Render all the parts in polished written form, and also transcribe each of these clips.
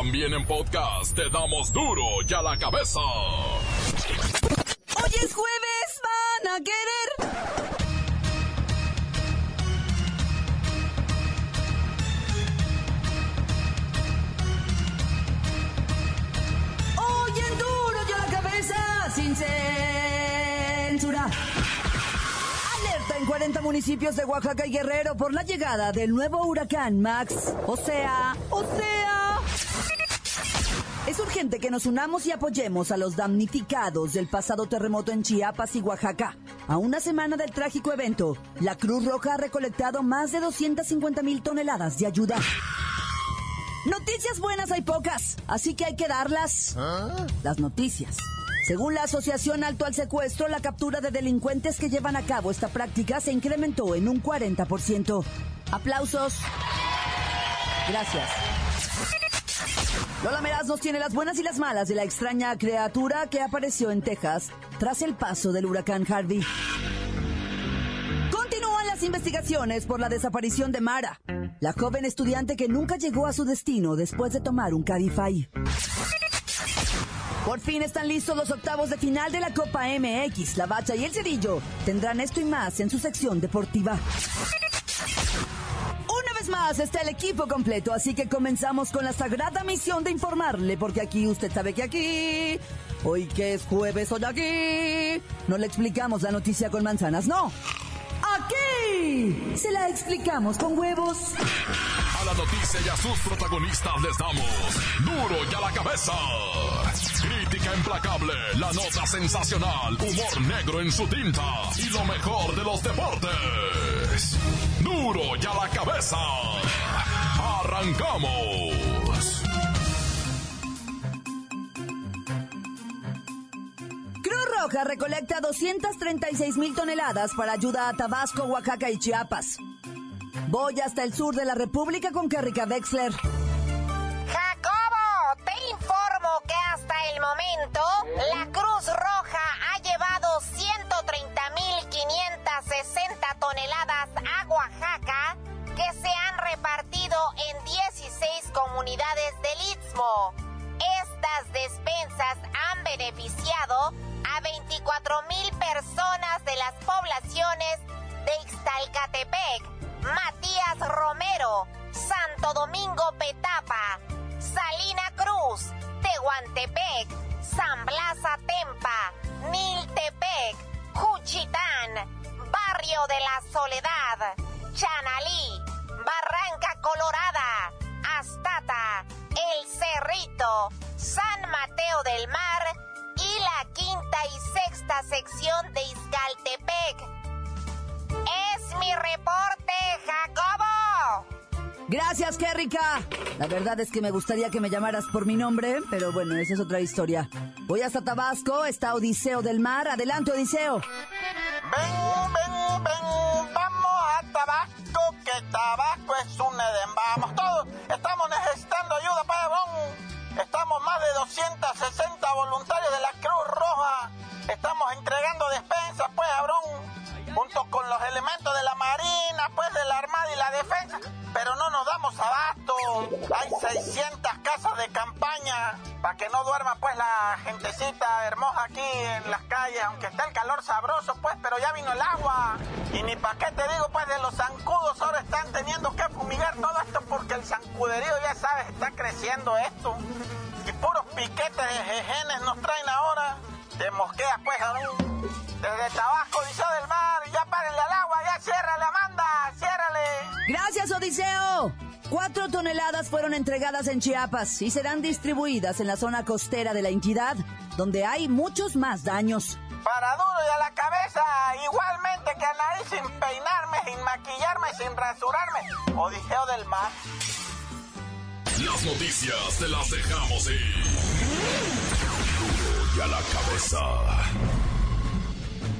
También en podcast te damos duro y a la cabeza. Hoy es jueves, van a querer. Hoy en duro y a la cabeza, sin censura. Alerta en 40 municipios de Oaxaca y Guerrero por la llegada del nuevo huracán Max. O sea... Es urgente que nos unamos y apoyemos a los damnificados del pasado terremoto en Chiapas y Oaxaca. A una semana del trágico evento, la Cruz Roja ha recolectado más de 250,000 toneladas de ayuda. Noticias buenas hay pocas, así que hay que darlas. Las noticias. Según la Asociación Alto al Secuestro, la captura de delincuentes que llevan a cabo esta práctica se incrementó en un 40%. Aplausos. Gracias. Lola Meraz nos tiene las buenas y las malas de la extraña criatura que apareció en Texas tras el paso del huracán Harvey. Continúan las investigaciones por la desaparición de Mara, la joven estudiante que nunca llegó a su destino después de tomar un Cabify. Por fin están listos los octavos de final de la Copa MX. La Bacha y el Cerillo tendrán esto y más en su sección deportiva. Más está el equipo completo, así que comenzamos con la sagrada misión de informarle, porque aquí usted sabe que aquí, hoy que es jueves, hoy aquí, no le explicamos la noticia con manzanas, no. Aquí se la explicamos con huevos. A la noticia y a sus protagonistas les damos duro y a la cabeza. Crítica implacable, la nota sensacional, humor negro en su tinta y lo mejor de los deportes. Duro y a la cabeza. ¡Arrancamos! Cruz Roja recolecta 236,000 toneladas para ayuda a Tabasco, Oaxaca y Chiapas. Voy hasta el sur de la República con Kerrika Wexler. Jacobo, te informo que hasta el momento la Cruz Roja ha llevado 130,560 toneladas a Oaxaca que se han repartido en 16 comunidades del Istmo. Estas despensas han beneficiado a 24,000 personas de las poblaciones de Ixtalcatepec, Matías Romero, Santo Domingo Petapa, Salina Cruz, Tehuantepec, San Blas Atempa, Niltepec, Juchitán, Barrio de la Soledad, Chanalí, Barranca Colorada, Astata, El Cerrito, San Mateo del Mar y la quinta y sexta sección de Ixcaltepec. Es mi reporte, Jacobo. Gracias, Kerrika. La verdad es que me gustaría que me llamaras por mi nombre, pero bueno, esa es otra historia. Voy hasta Tabasco, está Odiseo del Mar. Adelante, Odiseo. Ven, vamos a Tabasco, que Tabasco es un Edén. Vamos todos, estamos necesitando ayuda, Pabrón. Estamos más de 260 voluntarios de la Cruz Roja. Estamos entregando despensas, pues, Abrón, junto con los elementos de la Marina, pues, de la Armada y la Defensa. Pero no nos damos abasto. Hay 600 casas de campaña para que no duerma, pues, la gentecita hermosa aquí en las calles, aunque está el calor sabroso, pues, pero ya vino el agua. Y ni pa' qué te digo, pues, de los zancudos ahora están teniendo que fumigar todo esto porque el zancuderío, ya sabes, está creciendo esto. Y puros piquetes de jejenes nos traen ahora. Te mosqueas, pues, Abrón. Desde Tabasco, Odiseo del Mar, ya párenle al agua, ya ciérrale, Amanda, ciérrale. Gracias, Odiseo. 4 toneladas fueron entregadas en Chiapas y serán distribuidas en la zona costera de la entidad, donde hay muchos más daños. Para duro y a la cabeza, igualmente que a nadie, sin peinarme, sin maquillarme, sin rasurarme. Odiseo del Mar. Las noticias te las dejamos ir. Duro y a la cabeza.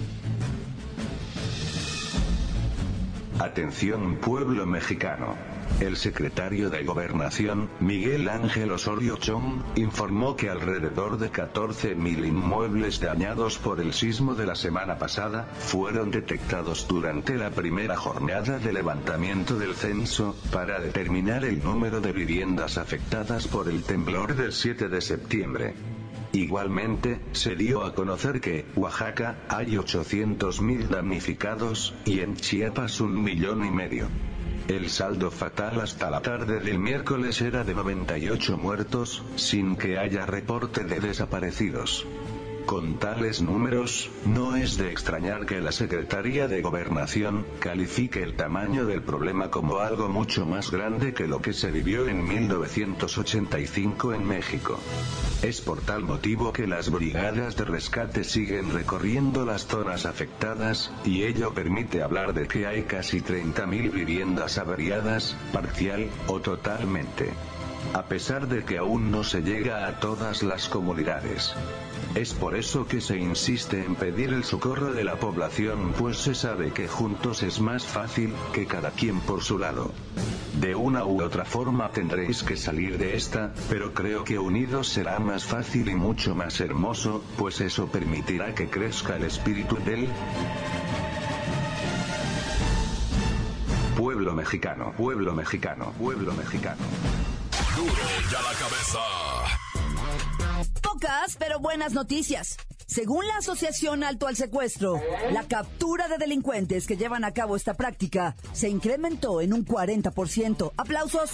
Atención, pueblo mexicano. El secretario de Gobernación, Miguel Ángel Osorio Chong, informó que alrededor de 14.000 inmuebles dañados por el sismo de la semana pasada, fueron detectados durante la primera jornada de levantamiento del censo, para determinar el número de viviendas afectadas por el temblor del 7 de septiembre. Igualmente, se dio a conocer que, Oaxaca, hay 800.000 damnificados, y en Chiapas 1,5 millones. El saldo fatal hasta la tarde del miércoles era de 98 muertos, sin que haya reporte de desaparecidos. Con tales números, no es de extrañar que la Secretaría de Gobernación califique el tamaño del problema como algo mucho más grande que lo que se vivió en 1985 en México. Es por tal motivo que las brigadas de rescate siguen recorriendo las zonas afectadas, y ello permite hablar de que hay casi 30.000 viviendas averiadas, parcial o totalmente. A pesar de que aún no se llega a todas las comunidades. Es por eso que se insiste en pedir el socorro de la población, pues se sabe que juntos es más fácil que cada quien por su lado. De una u otra forma tendréis que salir de esta, pero creo que unidos será más fácil y mucho más hermoso, pues eso permitirá que crezca el espíritu del pueblo mexicano, pueblo mexicano, pueblo mexicano. Duro y a la cabeza. Pocas, pero buenas noticias. Según la Asociación Alto al Secuestro, la captura de delincuentes que llevan a cabo esta práctica se incrementó en un 40%. ¡Aplausos!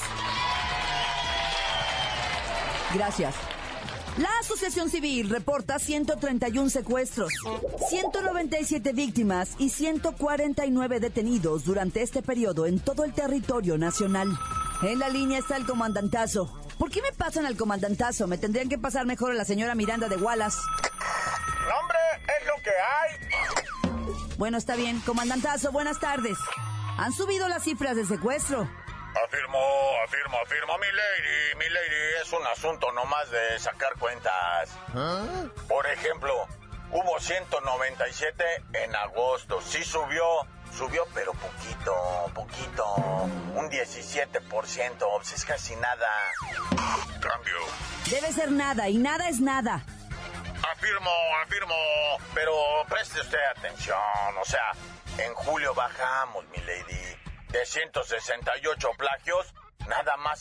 Gracias. La Asociación Civil reporta 131 secuestros, 197 víctimas y 149 detenidos durante este periodo en todo el territorio nacional. En la línea está el comandantazo. ¿Por qué me pasan al comandantazo? Me tendrían que pasar mejor a la señora Miranda de Wallace. No, hombre, es lo que hay. Bueno, está bien. Comandantazo, buenas tardes. ¿Han subido las cifras de secuestro? Afirmo, mi lady, es un asunto nomás de sacar cuentas. Por ejemplo, hubo 197 en agosto, sí subió, pero poquito, un 17%, pues es casi nada. Cambio. Debe ser nada, y nada es nada. Afirmo, pero preste usted atención, o sea, en julio bajamos, mi lady, de 168 plagios, nada más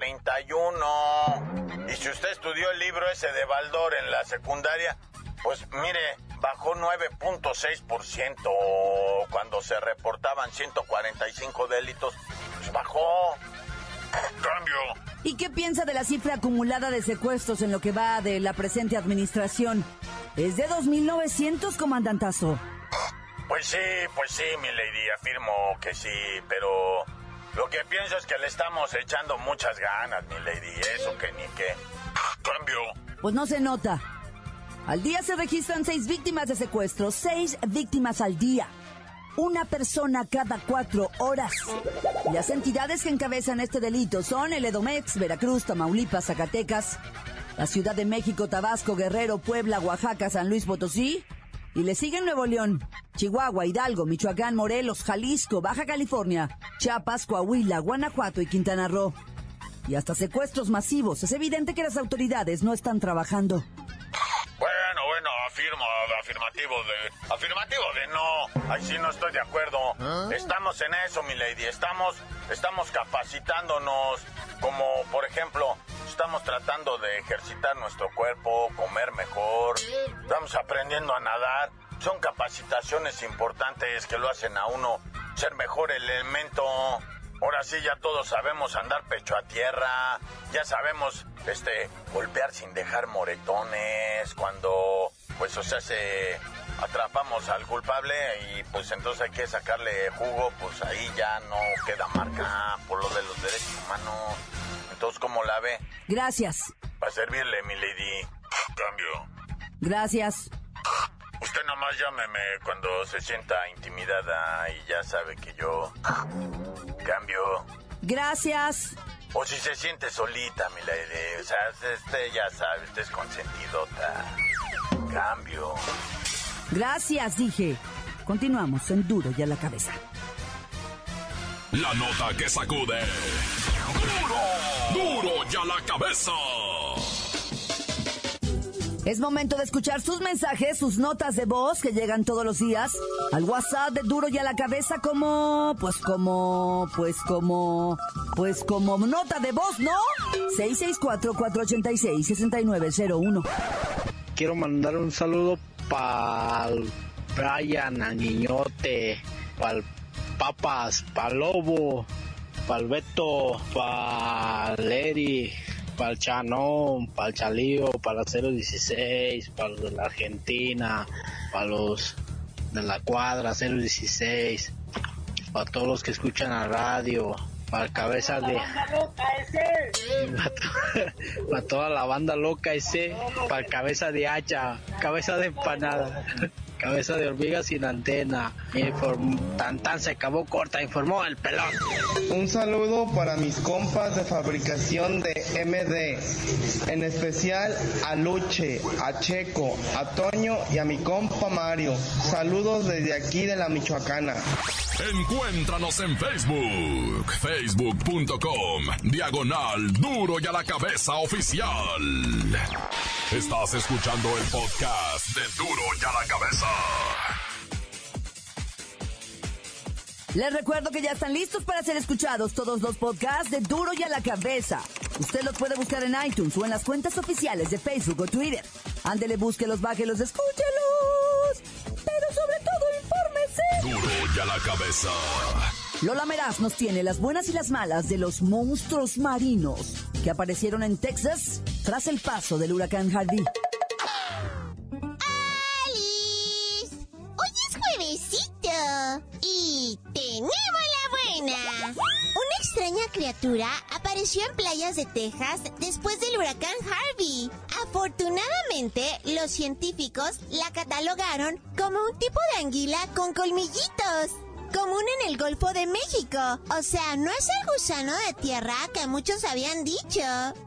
131. Y si usted estudió el libro ese de Baldor en la secundaria, pues mire, bajó 9.6%. Cuando se reportaban 145 delitos, pues bajó. Cambio. ¿Y qué piensa de la cifra acumulada de secuestros en lo que va de la presente administración? Es de 2.900, comandantazo. Pues sí, mi lady, afirmo que sí, pero lo que pienso es que le estamos echando muchas ganas, mi lady, eso que ni qué. Cambio. Pues no se nota. Al día se registran 6 víctimas de secuestro, 6 víctimas al día. Una persona cada 4 horas. Las entidades que encabezan este delito son el Edomex, Veracruz, Tamaulipas, Zacatecas, la Ciudad de México, Tabasco, Guerrero, Puebla, Oaxaca, San Luis Potosí, y le siguen Nuevo León, Chihuahua, Hidalgo, Michoacán, Morelos, Jalisco, Baja California, Chiapas, Coahuila, Guanajuato y Quintana Roo. Y hasta secuestros masivos. Es evidente que las autoridades no están trabajando. Bueno, afirmativo de no. Ahí sí no estoy de acuerdo. Estamos en eso, mi lady. Estamos capacitándonos. Como, por ejemplo, estamos tratando de ejercitar nuestro cuerpo, comer mejor. Estamos aprendiendo a nadar. Son capacitaciones importantes que lo hacen a uno ser mejor elemento. Ahora sí ya todos sabemos andar pecho a tierra, ya sabemos golpear sin dejar moretones, cuando pues atrapamos al culpable y pues entonces hay que sacarle jugo, pues ahí ya no queda marca por lo de los derechos humanos. Entonces, ¿cómo la ve? Gracias. Para servirle, mi lady. Cambio. Gracias. Usted nomás llámeme cuando se sienta intimidada y ya sabe que yo cambio. Gracias. O si se siente solita, mi lady. O sea, usted ya sabe, usted es consentidota. Cambio. Gracias, dije. Continuamos en Duro y a la Cabeza. La nota que sacude. ¡Duro y a la cabeza! Es momento de escuchar sus mensajes, sus notas de voz que llegan todos los días al WhatsApp de Duro y a la Cabeza como nota de voz, ¿no? 664-486-6901. Quiero mandar un saludo para Brian, a Niñote, para Papas, para Lobo, para Beto, para Leri, para el Chanón, para el Chalío, para el 016, para los de la Argentina, para los de la cuadra 016, para todos los que escuchan la radio, para el cabeza de... para toda la banda loca ese, para el cabeza de hacha, cabeza de empanada, cabeza de hormiga sin antena. Tan se acabó corta, informó el pelón. Un saludo para mis compas de fabricación de MD, en especial a Luche, a Checo, a Toño y a mi compa Mario. Saludos desde aquí de la Michoacana. Encuéntranos en Facebook, facebook.com/Duro y a la Cabeza Oficial. Estás escuchando el podcast de Duro y a la Cabeza. Les recuerdo que ya están listos para ser escuchados todos los podcasts de Duro y a la Cabeza. Usted los puede buscar en iTunes o en las cuentas oficiales de Facebook o Twitter. Ándele, búsquelos, bájelos, escúchelos. Pero sobre todo, infórmese. Duro y a la Cabeza. Lola Meraz nos tiene las buenas y las malas de los monstruos marinos que aparecieron en Texas tras el paso del huracán Harvey. ¡Alice! Hoy es juevesito y tenemos la buena. Una extraña criatura apareció en playas de Texas después del huracán Harvey. Afortunadamente, los científicos la catalogaron como un tipo de anguila con colmillitos, común en el Golfo de México. O sea, no es el gusano de tierra que muchos habían dicho.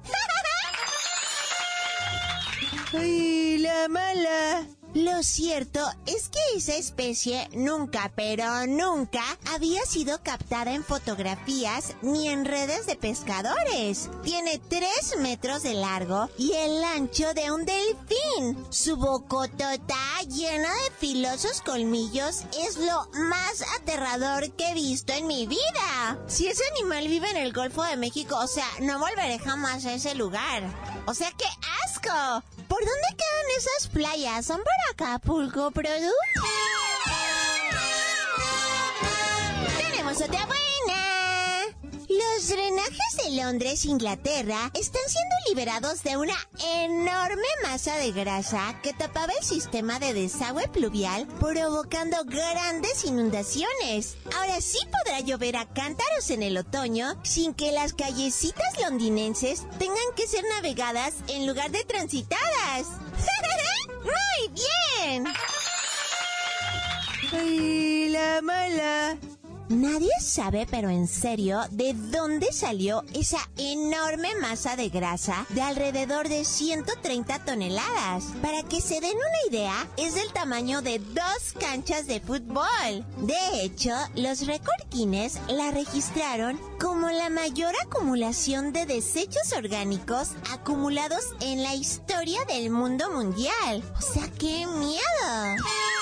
¡Ay, la mala! Lo cierto es que esa especie nunca, pero nunca había sido captada en fotografías ni en redes de pescadores. Tiene 3 metros de largo y el ancho de un delfín. Su bocotota llena de filosos colmillos es lo más aterrador que he visto en mi vida. Si ese animal vive en el Golfo de México, o sea, no volveré jamás a ese lugar. O sea, ¡qué asco! ¿Por dónde quedan esas playas? ¿Son por Acapulco, Produ? ¡Tenemos otra buena! Los drenajes de Londres, Inglaterra, están siendo liberados de una enorme masa de grasa que tapaba el sistema de desagüe pluvial, provocando grandes inundaciones. Ahora sí podrá llover a cántaros en el otoño sin que las callecitas londinenses tengan que ser navegadas en lugar de transitadas. ¡Muy bien! ¡Ay, la mala! Nadie sabe, pero en serio, de dónde salió esa enorme masa de grasa de alrededor de 130 toneladas. Para que se den una idea, es del tamaño de 2 canchas de fútbol. De hecho, los récord Guinness la registraron como la mayor acumulación de desechos orgánicos acumulados en la historia del mundo mundial. O sea, ¡qué miedo!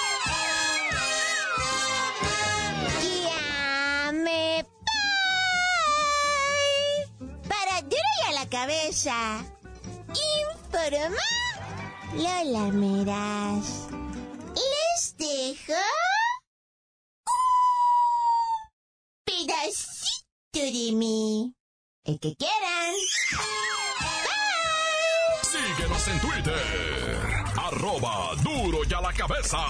Cabeza. Informa Lola Meraz. Les dejo un pedacito de mí. El que quieran. Bye. Síguenos en Twitter. @Duro y a la Cabeza.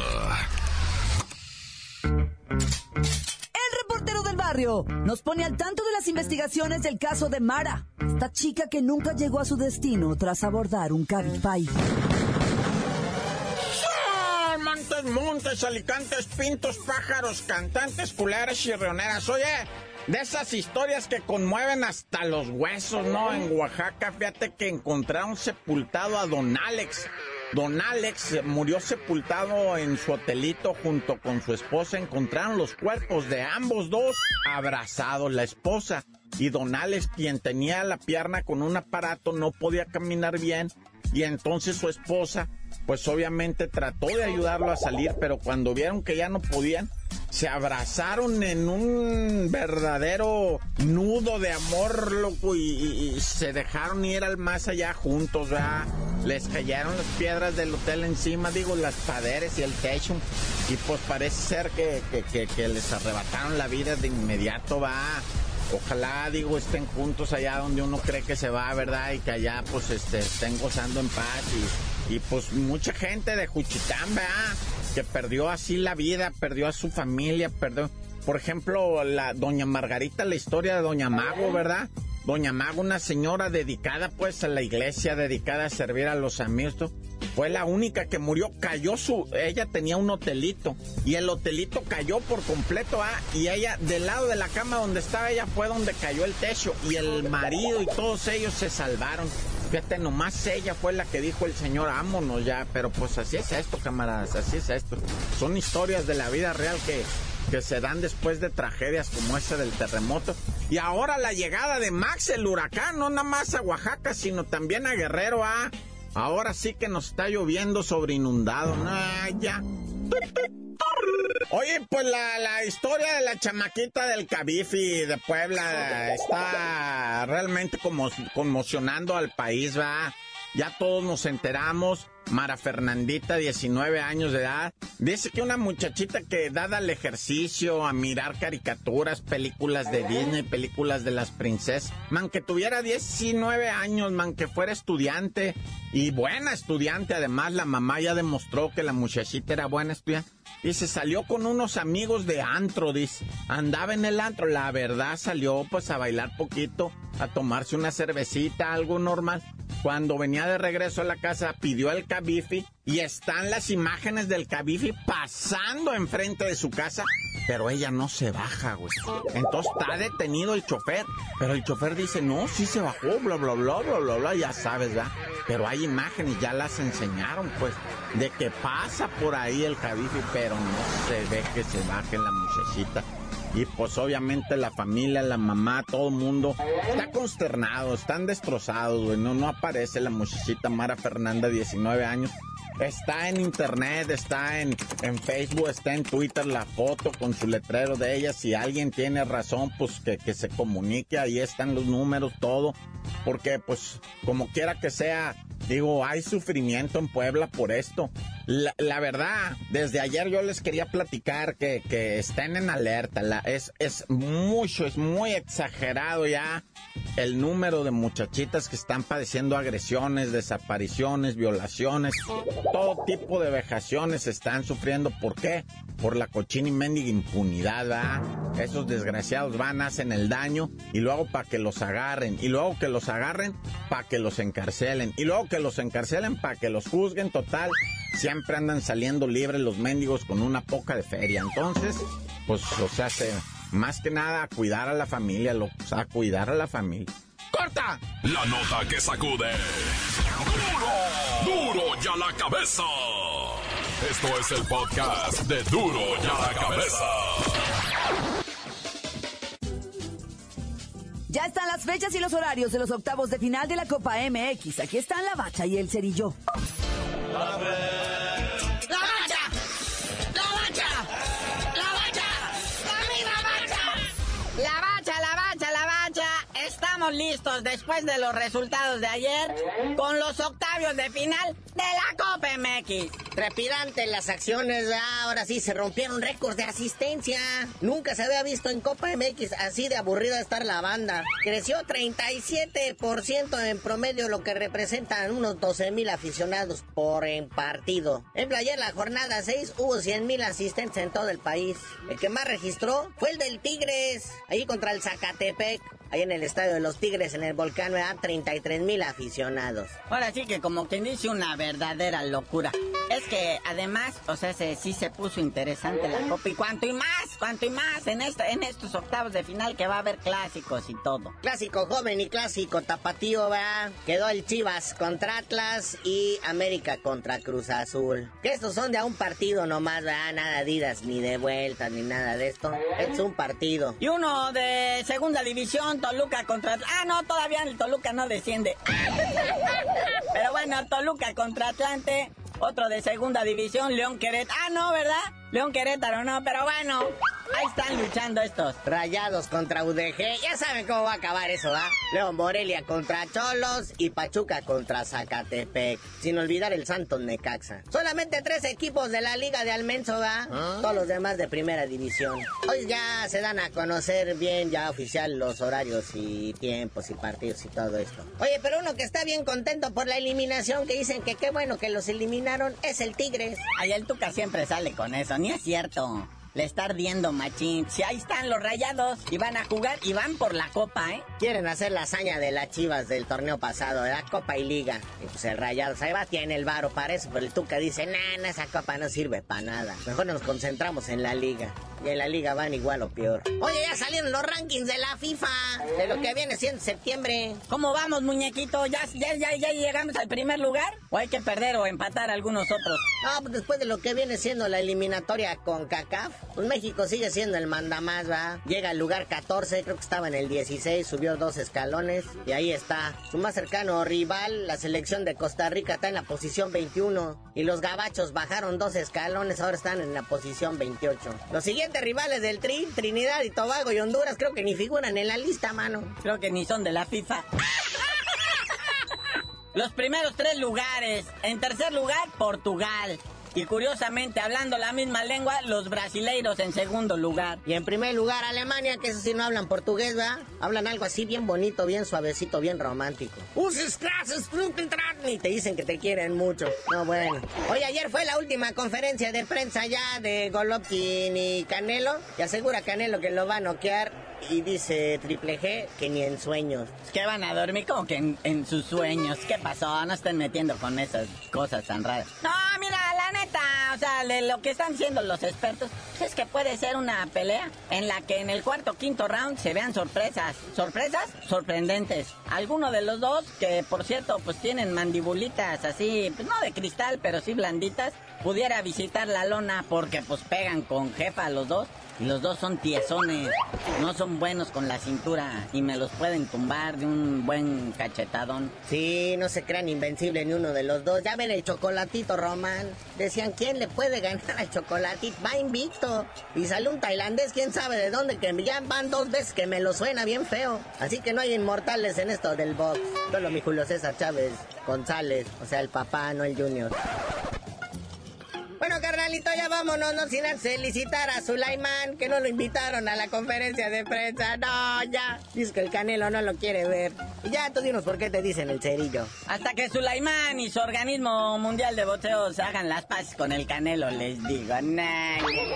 Nos pone al tanto de las investigaciones del caso de Mara, esta chica que nunca llegó a su destino tras abordar un Cabify. Montes, alicantes, pintos, pájaros, cantantes, culeras, chirrioneras. Oye, de esas historias que conmueven hasta los huesos, ¿no? En Oaxaca, fíjate que encontraron sepultado a don Alex. Don Alex murió sepultado en su hotelito junto con su esposa. Encontraron los cuerpos de ambos dos abrazados, la esposa. Y don Alex, quien tenía la pierna con un aparato, no podía caminar bien. Y entonces su esposa, pues obviamente trató de ayudarlo a salir, pero cuando vieron que ya no podían, se abrazaron en un verdadero nudo de amor, loco, y se dejaron ir al más allá juntos, ¿verdad? Les cayeron las piedras del hotel encima, las paredes y el techo, y pues parece ser que les arrebataron la vida de inmediato, ¿va? Ojalá, estén juntos allá donde uno cree que se va, ¿verdad? Y que allá, pues, estén gozando en paz. Y pues, mucha gente de Juchitán, ¿verdad? Que perdió así la vida, perdió a su familia, perdió... Por ejemplo, doña Margarita, la historia de doña Mago, ¿verdad? Doña Mago, una señora dedicada, pues, a la iglesia, dedicada a servir a los amigos, fue la única que murió. Ella tenía un hotelito y el hotelito cayó por completo, y ella, del lado de la cama donde estaba ella, fue donde cayó el techo, y el marido y todos ellos se salvaron. Fíjate, nomás ella fue la que dijo el señor, vámonos ya. Pero pues así es esto, camaradas, así es esto. Son historias de la vida real que se dan después de tragedias como esa del terremoto. Y ahora la llegada de Max, el huracán, no nada más a Oaxaca, sino también a Guerrero, Ahora sí que nos está lloviendo sobre inundado. Ya. Oye, pues la historia de la chamaquita del Cabifi de Puebla está realmente conmocionando al país, ¿va? Ya todos nos enteramos. Mara Fernandita, 19 años de edad, dice que una muchachita que, dada al ejercicio, a mirar caricaturas, películas de Disney, películas de las princesas, que tuviera 19 años, que fuera estudiante, y buena estudiante, además la mamá ya demostró que la muchachita era buena estudiante. Dice, salió con unos amigos de antro, dice, andaba en el antro, la verdad salió pues a bailar poquito, a tomarse una cervecita, algo normal. Cuando venía de regreso a la casa, pidió el Cabifi y están las imágenes del Cabifi pasando enfrente de su casa, pero ella no se baja, güey. Entonces está detenido el chofer, pero el chofer dice, no, sí se bajó, bla, bla, bla, bla, bla, bla, ya sabes, ¿verdad? Pero hay imágenes, ya las enseñaron, pues, de que pasa por ahí el Cabifi, pero no se ve que se baje la muchachita. Y pues obviamente la familia, la mamá, todo el mundo está consternado, están destrozados, güey. No aparece la muchachita Mara Fernanda, 19 años. Está en internet, está en Facebook, está en Twitter la foto con su letrero de ella. Si alguien tiene razón, pues que se comunique, ahí están los números, todo. Porque pues como quiera que sea, hay sufrimiento en Puebla por esto. La verdad, desde ayer yo les quería platicar que estén en alerta. Es muy exagerado ya el número de muchachitas que están padeciendo agresiones, desapariciones, violaciones, todo tipo de vejaciones están sufriendo. ¿Por qué? Por la cochina y mendiga impunidad, ¿verdad? Esos desgraciados hacen el daño y luego para que los agarren, y luego que los agarren para que los encarcelen, y luego que los encarcelen para que los juzguen. Total, siempre andan saliendo libres los mendigos con una poca de feria. Entonces, pues, más que nada a cuidar a la familia, a cuidar a la familia. ¡Corta! La nota que sacude. ¡Duro y a la cabeza! Esto es el podcast de Duro y a la cabeza. Ya están las fechas y los horarios de los octavos de final de la Copa MX. Aquí están la Bacha y el Cerillo. ¡La Bacha! ¡La Bacha! ¡La Bacha! ¡La Bacha! ¡La Bacha, la Bacha, la Bacha! Estamos listos después de los resultados de ayer con los octavios de final de la Copa MX. Trepidantes las acciones, ahora sí se rompieron récords de asistencia. Nunca se había visto en Copa MX así de aburrida estar la banda. Creció 37% en promedio, lo que representan unos 12,000 aficionados por partido. En ayer la jornada 6 hubo 100,000 asistentes en todo el país. El que más registró fue el del Tigres, ahí contra el Zacatepec. Ahí en el estadio de los Tigres, en el Volcán, 33,000 aficionados. Ahora sí que como quien dice, una verdadera locura. El es que además, o sea, sí se puso interesante la Copa. Y cuanto y más en estos octavos de final que va a haber clásicos y todo. Clásico joven y clásico tapatío, ¿verdad? Quedó el Chivas contra Atlas y América contra Cruz Azul. Que estos son de a un partido nomás, ¿verdad? Nada de idas ni de vueltas ni nada de esto. Es un partido. Y uno de segunda división, Toluca contra... Ah, no, todavía el Toluca no desciende. Pero bueno, Toluca contra Atlante. Otro de segunda división, León Querétaro. Ah, no, ¿verdad? León Querétaro, no, pero bueno, ahí están luchando estos. Rayados contra UDG, ya saben cómo va a acabar eso, ¿va? León Morelia contra Cholos y Pachuca contra Zacatepec. Sin olvidar el Santos Necaxa. Solamente 3 equipos de la Liga de Almenso, ¿va? Todos los demás de primera división. Hoy ya se dan a conocer bien, ya oficial, los horarios y tiempos y partidos y todo esto. Oye, pero uno que está bien contento por la eliminación, que dicen que qué bueno que los eliminaron, es el Tigres. Ay, el Tuca siempre sale con eso. Ni es cierto. Le está ardiendo machín. Si ahí están los Rayados y van a jugar y van por la copa, ¿eh? Quieren hacer la hazaña de las Chivas del torneo pasado, ¿verdad? Copa y Liga. Y pues el Rayados, ahí va, tiene el varo para eso. Pero el Tuca dice, nah, esa copa no sirve para nada. Mejor nos concentramos en la Liga. Y en la Liga van igual o peor. Oye, ya salieron los rankings de la FIFA. De lo que viene siendo septiembre. ¿Cómo vamos, muñequito? ¿Ya llegamos al primer lugar? ¿O hay que perder o empatar algunos otros? No, pues después de lo que viene siendo la eliminatoria con CACAF, pues México sigue siendo el mandamás, ¿va? Llega al lugar 14, creo que estaba en el 16, subió 2 escalones y ahí está. Su más cercano rival, la selección de Costa Rica, está en la posición 21 y los gabachos bajaron 2 escalones, ahora están en la posición 28. Los siguientes rivales del Tri, Trinidad y Tobago y Honduras, creo que ni figuran en la lista, mano. Creo que ni son de la FIFA. Los primeros 3 lugares. En tercer lugar, Portugal. Y curiosamente, hablando la misma lengua, los brasileiros en segundo lugar. Y en primer lugar, Alemania, que eso sí no hablan portugués, ¿verdad? Hablan algo así bien bonito, bien suavecito, bien romántico. Y te dicen que te quieren mucho. No, bueno. Oye, ayer fue la última conferencia de prensa ya de Golovkin y Canelo. Y asegura Canelo que lo va a noquear. Y dice Triple G que ni en sueños. ¿Qué van a dormir? Como que en sus sueños. ¿Qué pasó? No estén metiendo con esas cosas tan raras. No, mira, la neta, o sea, lo que están diciendo los expertos es que puede ser una pelea en la que en el cuarto o quinto round se vean sorpresas. ¿Sorpresas? Sorprendentes. Alguno de los dos, que por cierto, pues tienen mandibulitas así, pues no de cristal, pero sí blanditas, pudiera visitar la lona porque pues pegan con jefa los dos. Y los dos son tiesones, no son buenos con la cintura y me los pueden tumbar de un buen cachetadón. Sí, no se crean invencible ni uno de los dos. Ya ven el Chocolatito Román. Decían, ¿quién le puede ganar al Chocolatito? Va invicto. Y sale un tailandés, quién sabe de dónde, que ya van 2 veces que me lo suena bien feo. Así que no hay inmortales en esto del box. Solo mi Julio César Chávez González, o sea, el papá, no el junior. Bueno, carnalito, ya vámonos, no sin antes felicitar a Sulaimán, que no lo invitaron a la conferencia de prensa. No, ya. Dice que el Canelo no lo quiere ver. Y ya, tú dinos por qué te dicen el cerillo. Hasta que Sulaimán y su organismo mundial de boxeo se hagan las paces con el Canelo, les digo. Nah.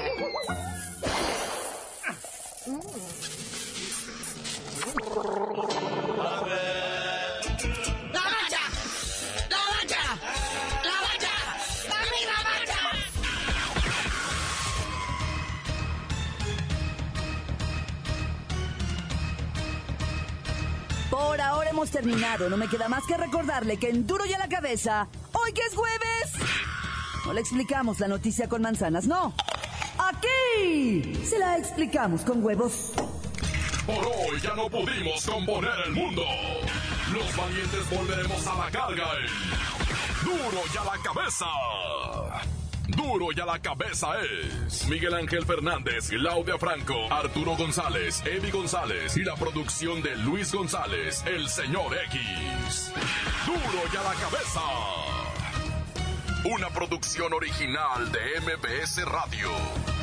Por ahora hemos terminado. No me queda más que recordarle que en Duro y a la Cabeza, hoy que es jueves, no le explicamos la noticia con manzanas, no. Aquí se la explicamos con huevos. Por hoy ya no pudimos componer el mundo. Los valientes volveremos a la carga en Duro y a la Cabeza. Duro y a la Cabeza es Miguel Ángel Fernández, Claudia Franco, Arturo González, Eddie González y la producción de Luis González, el Señor X. Duro y a la Cabeza. Una producción original de MBS Radio.